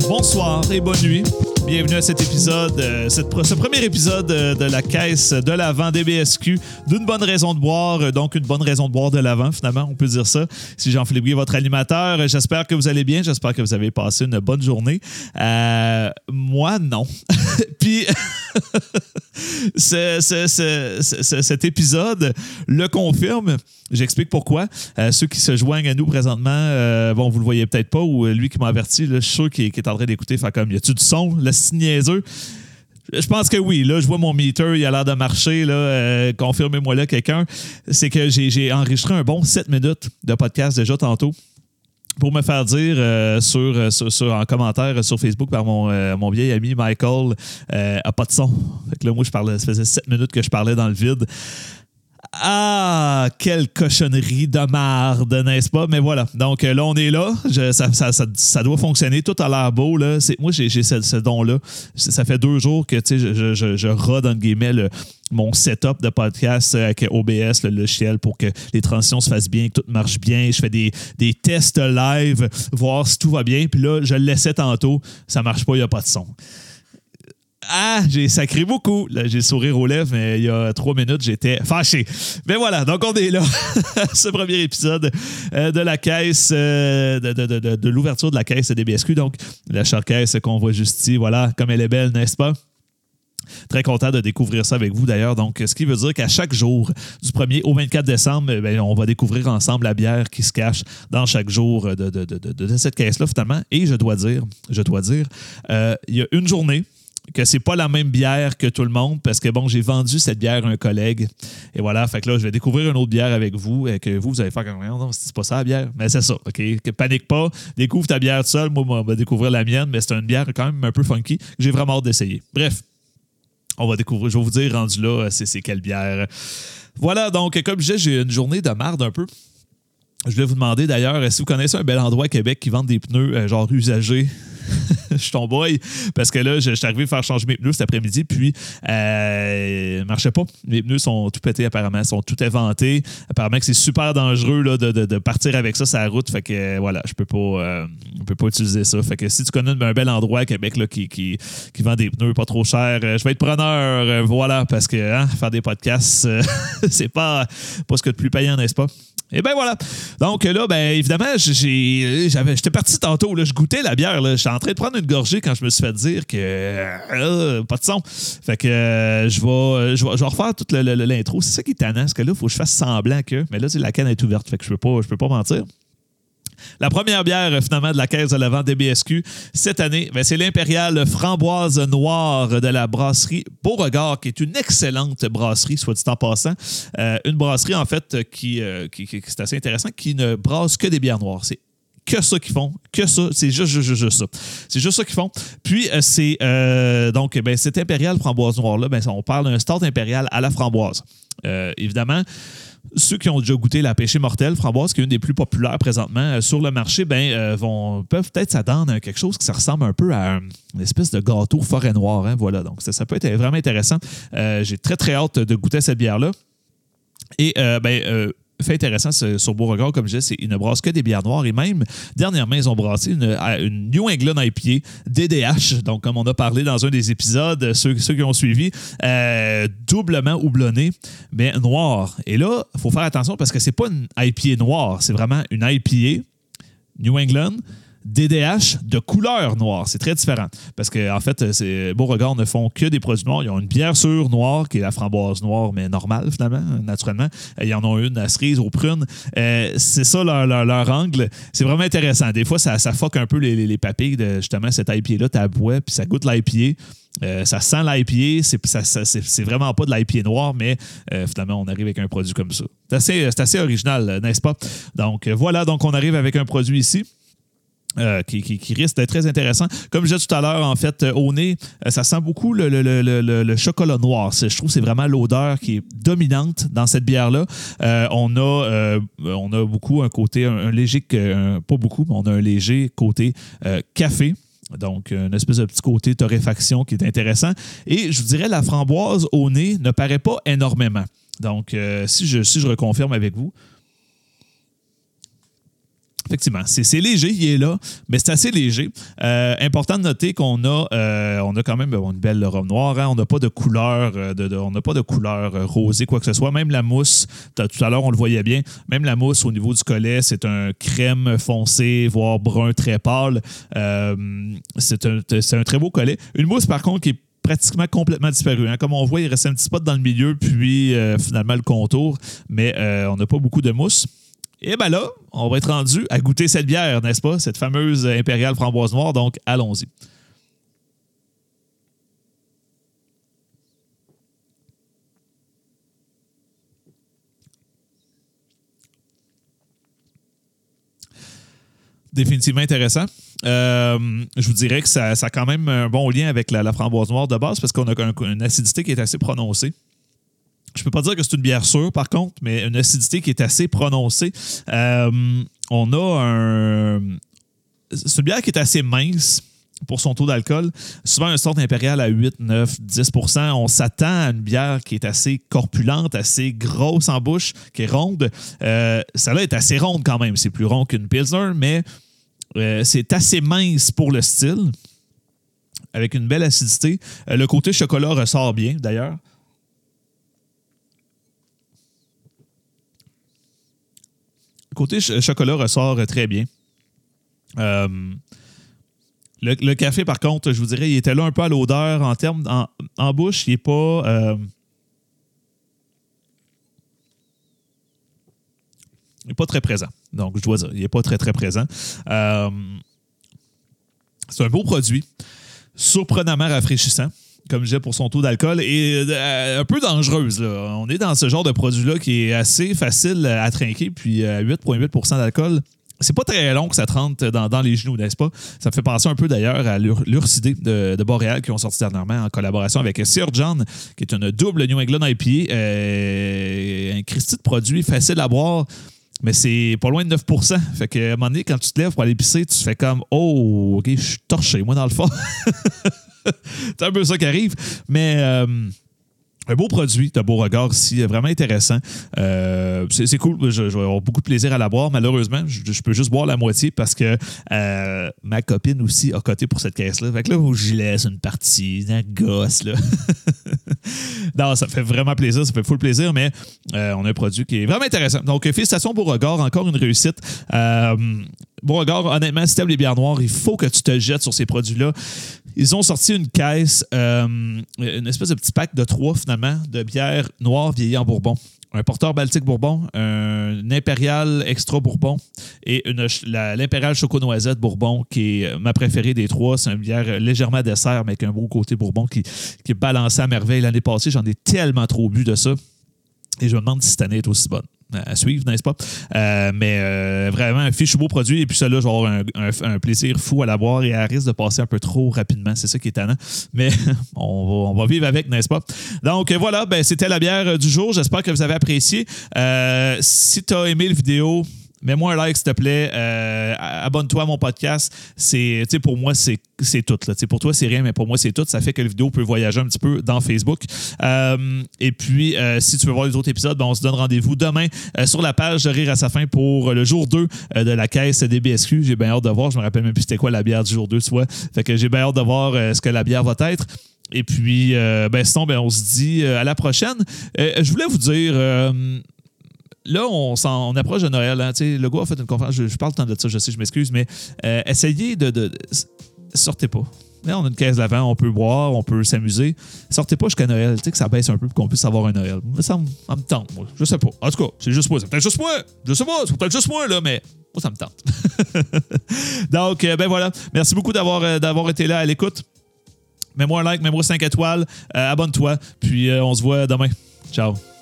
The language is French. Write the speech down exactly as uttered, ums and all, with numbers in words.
bonsoir et bonne nuit. Bienvenue à cet épisode, euh, cette, ce premier épisode euh, de la caisse de l'Avent D B S Q, d'une bonne raison de boire, euh, donc une bonne raison de boire de l'Avent, finalement, on peut dire ça. Si Jean-Philippe Guy, votre animateur, euh, j'espère que vous allez bien, j'espère que vous avez passé une bonne journée. Euh, moi, non. Puis, ce, ce, ce, ce, cet épisode le confirme. J'explique pourquoi. Euh, ceux qui se joignent à nous présentement, euh, bon, vous le voyez peut-être pas, ou lui qui m'a averti, là, je suis sûr qu'il, qu'il est en train d'écouter, fait comme, y a-tu du son, le si niaiseux? Je pense que oui. Là, je vois mon meter, il a l'air de marcher. Là, euh, confirmez-moi là quelqu'un. C'est que j'ai, j'ai enregistré un bon sept minutes de podcast déjà tantôt pour me faire dire euh, sur, sur, sur, en commentaire sur Facebook par mon, euh, mon vieil ami Michael, euh, a pas de son. Fait que là, moi, je parlais, ça faisait sept minutes que je parlais dans le vide. Ah, quelle cochonnerie de marde, n'est-ce pas? Mais voilà, donc là, on est là. Je, ça, ça, ça, ça doit fonctionner. Tout a l'air beau. Là. C'est, moi, j'ai, j'ai ce, ce don-là. Ça fait deux jours que je, je, je, je rode, entre guillemets, le, mon setup de podcast avec O B S, le logiciel, pour que les transitions se fassent bien, que tout marche bien. Je fais des, des tests live, voir si tout va bien. Puis là, je le laissais tantôt. Ça marche pas, il n'y a pas de son. Ah, j'ai sacré beaucoup. Là, j'ai le sourire aux lèvres, mais il y a trois minutes, j'étais fâché. Mais voilà, donc on est là. Ce premier épisode euh, de la caisse, euh, de, de, de, de l'ouverture de la caisse D B S Q. Donc, la chère caisse qu'on voit juste ici, voilà, comme elle est belle, n'est-ce pas? Très content de découvrir ça avec vous d'ailleurs. Donc, ce qui veut dire qu'à chaque jour, du premier au vingt-quatre décembre, bien, on va découvrir ensemble la bière qui se cache dans chaque jour de, de, de, de, de cette caisse-là, finalement. Et je dois dire, je dois dire, euh, il y a une journée que c'est pas la même bière que tout le monde parce que, bon, j'ai vendu cette bière à un collègue. Et voilà, fait que là, je vais découvrir une autre bière avec vous et que vous, vous allez faire comme, non, c'est pas ça la bière. Mais c'est ça, OK? Panique pas, découvre ta bière tout seul. Moi, on va découvrir la mienne, mais c'est une bière quand même un peu funky que j'ai vraiment hâte d'essayer. Bref, on va découvrir, je vais vous dire, rendu là, c'est, c'est quelle bière. Voilà, donc, comme je disais, j'ai une journée de marde un peu. Je voulais vous demander d'ailleurs, si vous connaissez un bel endroit à Québec qui vend des pneus euh, genre usagés, je suis ton boy, parce que là, je, je suis arrivé à faire changer mes pneus cet après-midi, puis euh, ne marchait pas. Mes pneus sont tout pétés apparemment, sont tout éventés. Apparemment que c'est super dangereux là, de, de, de partir avec ça sur la route, fait que euh, voilà, je peux pas, euh, je peux pas utiliser ça. Fait que si tu connais un bel endroit à Québec là, qui, qui, qui vend des pneus pas trop chers, euh, je vais être preneur, euh, voilà, parce que hein, faire des podcasts, euh, c'est pas, pas ce que de plus payant, n'est-ce pas? Et bien voilà. Donc là, ben évidemment, j'ai, j'avais, j'étais parti tantôt, là, je goûtais la bière. Là, j'étais en train de prendre une gorgée quand je me suis fait dire que euh, pas de son. Fait que euh, je, vais, je, vais, je vais refaire toute le, le, l'intro. C'est ça qui est tannant, parce que là, il faut que je fasse semblant que. Mais là, la canne est ouverte, fait que je peux pas, je peux pas mentir. La première bière, finalement, de la caisse de l'Avent D B S Q cette année, bien, c'est l'Impériale Framboise Noire de la brasserie Beauregard, qui est une excellente brasserie, soit dit en passant. Euh, une brasserie, en fait, qui, euh, qui, qui c'est assez intéressant, qui ne brasse que des bières noires. C'est que ça qu'ils font, que ça, c'est juste, juste, juste, juste ça. C'est juste ça qu'ils font. Puis, euh, c'est euh, donc, ben, cette Impériale Framboise Noire-là, ben, on parle d'un stout impérial à la framboise. Euh, évidemment, ceux qui ont déjà goûté la pêchée mortelle framboise, qui est une des plus populaires présentement euh, sur le marché, ben, euh, vont, peuvent peut-être s'attendre à quelque chose qui ça ressemble un peu à une espèce de gâteau forêt noire. Hein, voilà, donc ça, ça peut être vraiment intéressant. Euh, j'ai très, très hâte de goûter cette bière-là. Et, euh, ben, euh, fait intéressant sur Beauregard, comme je disais, c'est, ils ne brassent que des bières noires et même, dernièrement, ils ont brassé une, une New England I P A D D H, donc comme on a parlé dans un des épisodes, ceux, ceux qui ont suivi, euh, doublement houblonnée, mais noire. Et là, il faut faire attention parce que c'est pas une I P A noire, c'est vraiment une I P A New England D D H de couleur noire. C'est très différent. Parce qu'en en fait, c'est, Beauregard ne font que des produits noirs. Ils ont une bière sûre noire, qui est la framboise noire, mais normale, finalement, naturellement. Ils en ont une à cerise, aux prunes. Euh, c'est ça leur, leur, leur angle. C'est vraiment intéressant. Des fois, ça, ça fuck un peu les, les, les papilles de justement cette I P A-là. Tu bois, puis ça goûte l'I P A. Euh, ça sent l'I P A. C'est, ça, ça, c'est, c'est vraiment pas de l'I P A noire, mais euh, finalement, on arrive avec un produit comme ça. C'est assez, c'est assez original, n'est-ce pas? Donc, voilà. Donc, on arrive avec un produit ici. Euh, qui, qui, qui risque d'être très intéressant. Comme je disais tout à l'heure, en fait, au nez, ça sent beaucoup le, le, le, le, le chocolat noir. C'est, je trouve que c'est vraiment l'odeur qui est dominante dans cette bière-là. Euh, on, a, euh, on a beaucoup un côté, un, un léger, un, pas beaucoup, mais on a un léger côté euh, café. Donc, une espèce de petit côté torréfaction qui est intéressant. Et je vous dirais, la framboise au nez ne paraît pas énormément. Donc, euh, si, je, si je reconfirme avec vous, Effectivement, c'est, c'est léger, il est là, mais c'est assez léger. Euh, important de noter qu'on a, euh, on a quand même bon, une belle rhum noire. Hein? On n'a pas de couleur, euh, de, de, on n'a pas de couleur euh, rosée, quoi que ce soit. Même la mousse, tout à l'heure, on le voyait bien. Même la mousse au niveau du collet, c'est un crème foncé, voire brun très pâle. Euh, c'est, un, c'est un très beau collet. Une mousse, par contre, qui est pratiquement complètement disparu. Hein. Comme on voit, il reste un petit spot dans le milieu, puis euh, finalement le contour, mais euh, on n'a pas beaucoup de mousse. Et bien là, on va être rendu à goûter cette bière, n'est-ce pas? Cette fameuse impériale framboise noire. Donc, allons-y. Définitivement intéressant. Euh, je vous dirais que ça, ça a quand même un bon lien avec la, la framboise noire de base parce qu'on a un, une acidité qui est assez prononcée. Je peux pas dire que c'est une bière sûre, par contre, mais une acidité qui est assez prononcée. Euh, on a un... C'est une bière qui est assez mince pour son taux d'alcool. Souvent, un sort impérial à huit, neuf, dix pour cent. On s'attend à une bière qui est assez corpulente, assez grosse en bouche, qui est ronde. Euh, celle-là est assez ronde quand même. C'est plus rond qu'une Pilsner, mais euh, c'est assez mince pour le style, avec une belle acidité. Euh, le côté chocolat ressort bien, d'ailleurs. Côté ch- chocolat ressort très bien. Euh, le, le café, par contre, je vous dirais, il était là un peu à l'odeur en termes en, en bouche. Il n'est pas. Euh, il n'est pas très présent. Donc, je dois dire, il n'est pas très, très présent. Euh, c'est un beau produit, surprenamment rafraîchissant, comme je disais, pour son taux d'alcool, et euh, un peu dangereuse. Là. On est dans ce genre de produit-là qui est assez facile à trinquer, puis à huit virgule huit pour cent d'alcool. C'est pas très long que ça te rentre dans, dans les genoux, n'est-ce pas? Ça me fait penser un peu d'ailleurs à l'Ur- l'Ursidé de, de Boréal qui ont sorti dernièrement en collaboration avec Sir John, qui est une double New England I P A. Euh, un Christy de produit facile à boire, mais c'est pas loin de neuf pour cent. Fait qu'à un moment donné, quand tu te lèves pour aller pisser, tu fais comme « Oh, OK, je suis torché, moi, dans le fond. » C'est un peu ça qui arrive. Mais euh, un beau produit, de beau regard ici, vraiment intéressant. Euh, c'est, c'est cool. Je, je vais avoir beaucoup de plaisir à la boire. Malheureusement, je, je peux juste boire la moitié parce que euh, ma copine aussi a coté pour cette caisse-là. Fait que là, je laisse une partie, une gosse, là. Non, ça fait vraiment plaisir, ça fait full plaisir, mais euh, on a un produit qui est vraiment intéressant. Donc, félicitations, Beauregard, encore une réussite. Euh, Beauregard, honnêtement, si tu aimes les bières noires, il faut que tu te jettes sur ces produits-là. Ils ont sorti une caisse, euh, une espèce de petit pack de trois, finalement, de bières noires vieillies en bourbon. Un porteur Baltique Bourbon, un Impérial Extra Bourbon et une, la, l'Impérial Choco Noisette Bourbon, qui est ma préférée des trois. C'est une bière légèrement dessert, mais avec un beau côté Bourbon qui, qui est balancé à merveille. L'année passée, j'en ai tellement trop bu de ça. Et je me demande si cette année est aussi bonne. À suivre, n'est-ce pas? Euh, mais euh, vraiment, un fichu beau produit. Et puis celui-là, je vais avoir un, un, un plaisir fou à la boire et elle risque de passer un peu trop rapidement. C'est ça qui est étonnant. Mais on va, on va vivre avec, n'est-ce pas? Donc voilà, ben, c'était la bière du jour. J'espère que vous avez apprécié. Euh, si tu as aimé la vidéo, mets-moi un like, s'il te plaît. Euh, abonne-toi à mon podcast. C'est, pour moi, c'est, c'est tout. Là. Pour toi, c'est rien, mais pour moi, c'est tout. Ça fait que la vidéo peut voyager un petit peu dans Facebook. Euh, et puis, euh, si tu veux voir les autres épisodes, ben, on se donne rendez-vous demain euh, sur la page de Rire à sa fin pour le jour deux euh, de la caisse des B S Q. J'ai bien hâte de voir. Je me rappelle même plus c'était quoi la bière du jour deux, tu vois. Fait que j'ai bien hâte de voir euh, ce que la bière va être. Et puis, euh, ben, sinon, ben, on se dit euh, à la prochaine. Euh, je voulais vous dire... Euh, Là, on, s'en, on approche de Noël. Hein. Le gars a fait une conférence. Je, je parle tant de ça, je sais, je m'excuse, mais euh, essayez de, de, de. Sortez pas. Là, on a une caisse d'avant, on peut boire, on peut s'amuser. Sortez pas jusqu'à Noël. Tu sais que ça baisse un peu pour qu'on puisse avoir un Noël. Ça me, ça me tente, moi. Je sais pas. En tout cas, c'est juste moi. C'est peut-être juste moi. Je sais pas. C'est peut-être juste moi, là, mais moi, ça me tente. Donc, euh, ben voilà. Merci beaucoup d'avoir, euh, d'avoir été là à l'écoute. Mets-moi un like, mets-moi cinq étoiles. Euh, abonne-toi. Puis, euh, on se voit demain. Ciao.